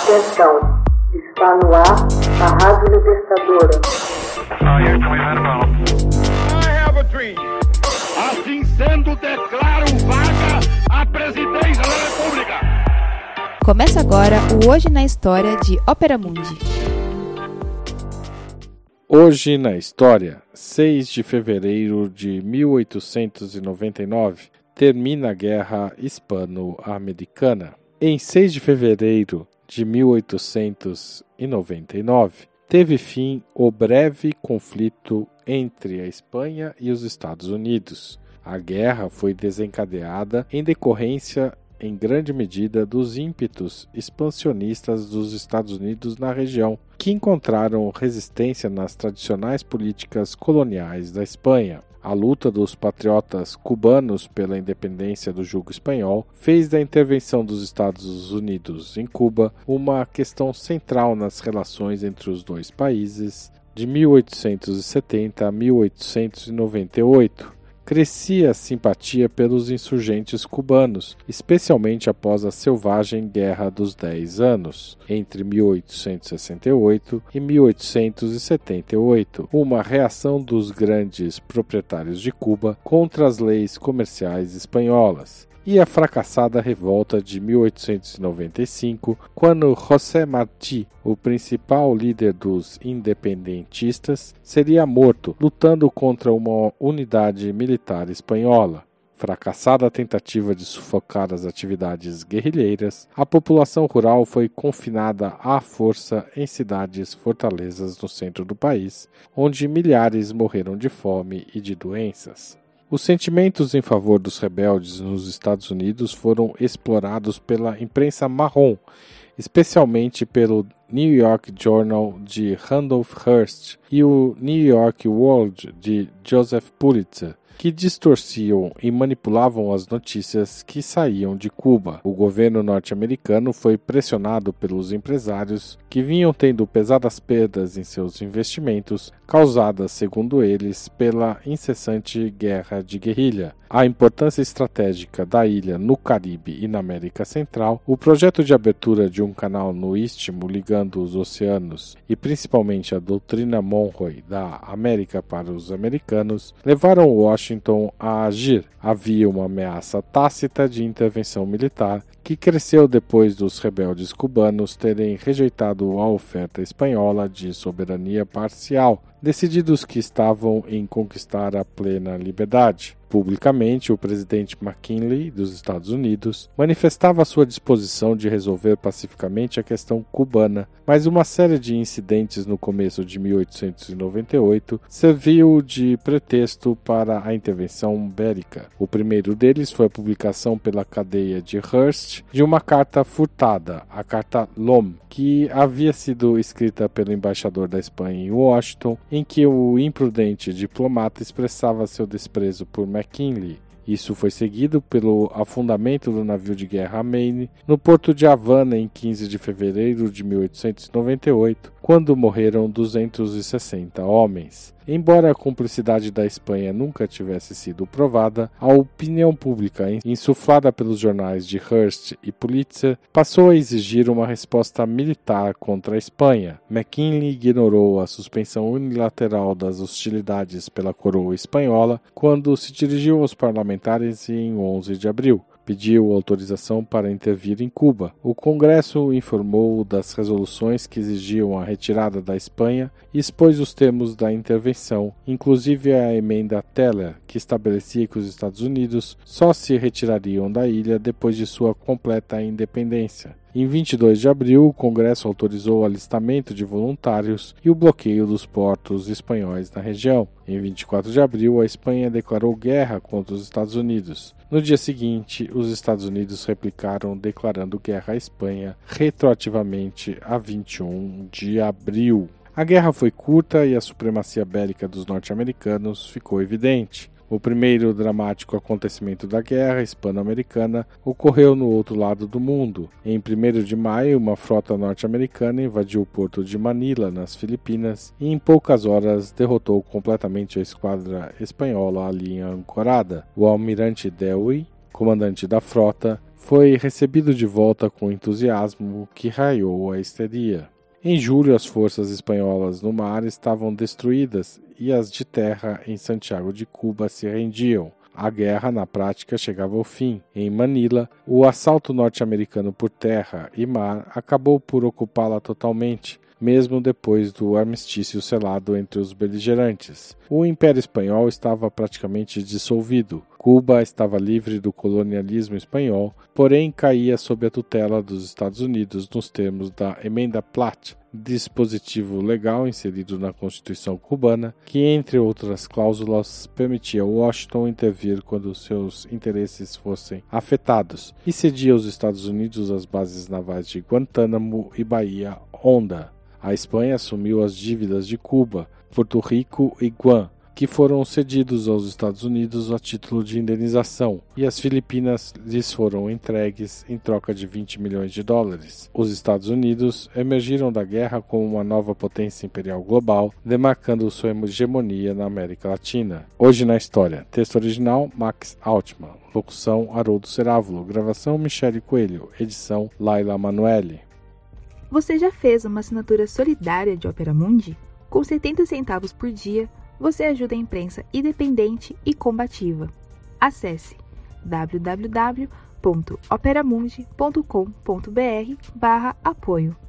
Atenção, está no ar a Rádio Libertadora. Assim sendo, declaro vaga a presidência da República. Começa agora o Hoje na História de Ópera Mundi. Hoje na História, 6 de fevereiro de 1899, termina a Guerra Hispano-Americana. Em 6 de fevereiro de 1899, teve fim o breve conflito entre a Espanha e os Estados Unidos. A guerra foi desencadeada em decorrência, em grande medida, dos ímpetos expansionistas dos Estados Unidos na região, que encontraram resistência nas tradicionais políticas coloniais da Espanha. A luta dos patriotas cubanos pela independência do jugo espanhol fez da intervenção dos Estados Unidos em Cuba uma questão central nas relações entre os dois países de 1870 a 1898. Crescia a simpatia pelos insurgentes cubanos, especialmente após a selvagem Guerra dos 10 Anos, entre 1868 e 1878, uma reação dos grandes proprietários de Cuba contra as leis comerciais espanholas, e a fracassada revolta de 1895, quando José Martí, o principal líder dos independentistas, seria morto lutando contra uma unidade militar espanhola. Fracassada a tentativa de sufocar as atividades guerrilheiras, a população rural foi confinada à força em cidades fortalezas no centro do país, onde milhares morreram de fome e de doenças. Os sentimentos em favor dos rebeldes nos Estados Unidos foram explorados pela imprensa marrom, especialmente pelo New York Journal de Randolph Hearst e o New York World de Joseph Pulitzer, que distorciam e manipulavam as notícias que saíam de Cuba. O governo norte-americano foi pressionado pelos empresários que vinham tendo pesadas perdas em seus investimentos, causadas, segundo eles, pela incessante guerra de guerrilha. A importância estratégica da ilha no Caribe e na América Central, o projeto de abertura de um canal no Istmo ligando os oceanos e principalmente a doutrina Monroe da América para os americanos, levaram Washington a agir. Havia uma ameaça tácita de intervenção militar que cresceu depois dos rebeldes cubanos terem rejeitado a oferta espanhola de soberania parcial, decididos que estavam em conquistar a plena liberdade. Publicamente, o presidente McKinley, dos Estados Unidos, manifestava sua disposição de resolver pacificamente a questão cubana, mas uma série de incidentes no começo de 1898 serviu de pretexto para a intervenção bélica. O primeiro deles foi a publicação pela cadeia de Hearst de uma carta furtada, a Carta Lom, que havia sido escrita pelo embaixador da Espanha em Washington, em que o imprudente diplomata expressava seu desprezo por McKinley. Isso foi seguido pelo afundamento do navio de guerra Maine no porto de Havana em 15 de fevereiro de 1898, quando morreram 260 homens. Embora a cumplicidade da Espanha nunca tivesse sido provada, a opinião pública, insuflada pelos jornais de Hearst e Pulitzer, passou a exigir uma resposta militar contra a Espanha. McKinley ignorou a suspensão unilateral das hostilidades pela coroa espanhola quando se dirigiu aos parlamentares em 11 de abril. Pediu autorização para intervir em Cuba. O Congresso informou das resoluções que exigiam a retirada da Espanha e expôs os termos da intervenção, inclusive a emenda Teller, que estabelecia que os Estados Unidos só se retirariam da ilha depois de sua completa independência. Em 22 de abril, o Congresso autorizou o alistamento de voluntários e o bloqueio dos portos espanhóis na região. Em 24 de abril, a Espanha declarou guerra contra os Estados Unidos. No dia seguinte, os Estados Unidos replicaram declarando guerra à Espanha retroativamente a 21 de abril. A guerra foi curta e a supremacia bélica dos norte-americanos ficou evidente. O primeiro dramático acontecimento da Guerra Hispano-Americana ocorreu no outro lado do mundo. Em 1º de maio, uma frota norte-americana invadiu o porto de Manila, nas Filipinas, e em poucas horas derrotou completamente a esquadra espanhola ali ancorada. O almirante Dewey, comandante da frota, foi recebido de volta com entusiasmo que raiou a histeria. Em julho, as forças espanholas no mar estavam destruídas e as de terra em Santiago de Cuba se rendiam. A guerra, na prática, chegava ao fim. Em Manila, o assalto norte-americano por terra e mar acabou por ocupá-la totalmente, mesmo depois do armistício selado entre os beligerantes. O Império Espanhol estava praticamente dissolvido. Cuba estava livre do colonialismo espanhol, porém caía sob a tutela dos Estados Unidos nos termos da Emenda Platt, dispositivo legal inserido na Constituição cubana, que, entre outras cláusulas, permitia a Washington intervir quando seus interesses fossem afetados, e cedia aos Estados Unidos as bases navais de Guantánamo e Bahia Honda. A Espanha assumiu as dívidas de Cuba, Porto Rico e Guam, que foram cedidos aos Estados Unidos a título de indenização, e as Filipinas lhes foram entregues em troca de 20 milhões de dólares. Os Estados Unidos emergiram da guerra como uma nova potência imperial global, demarcando sua hegemonia na América Latina. Hoje na História. Texto original, Max Altman. Locução, Haroldo Cerávulo. Gravação, Michele Coelho. Edição, Laila Manoeli. Você já fez uma assinatura solidária de Opera Mundi? Com 70 centavos por dia, você ajuda a imprensa independente e combativa. Acesse www.operamundi.com.br/apoio.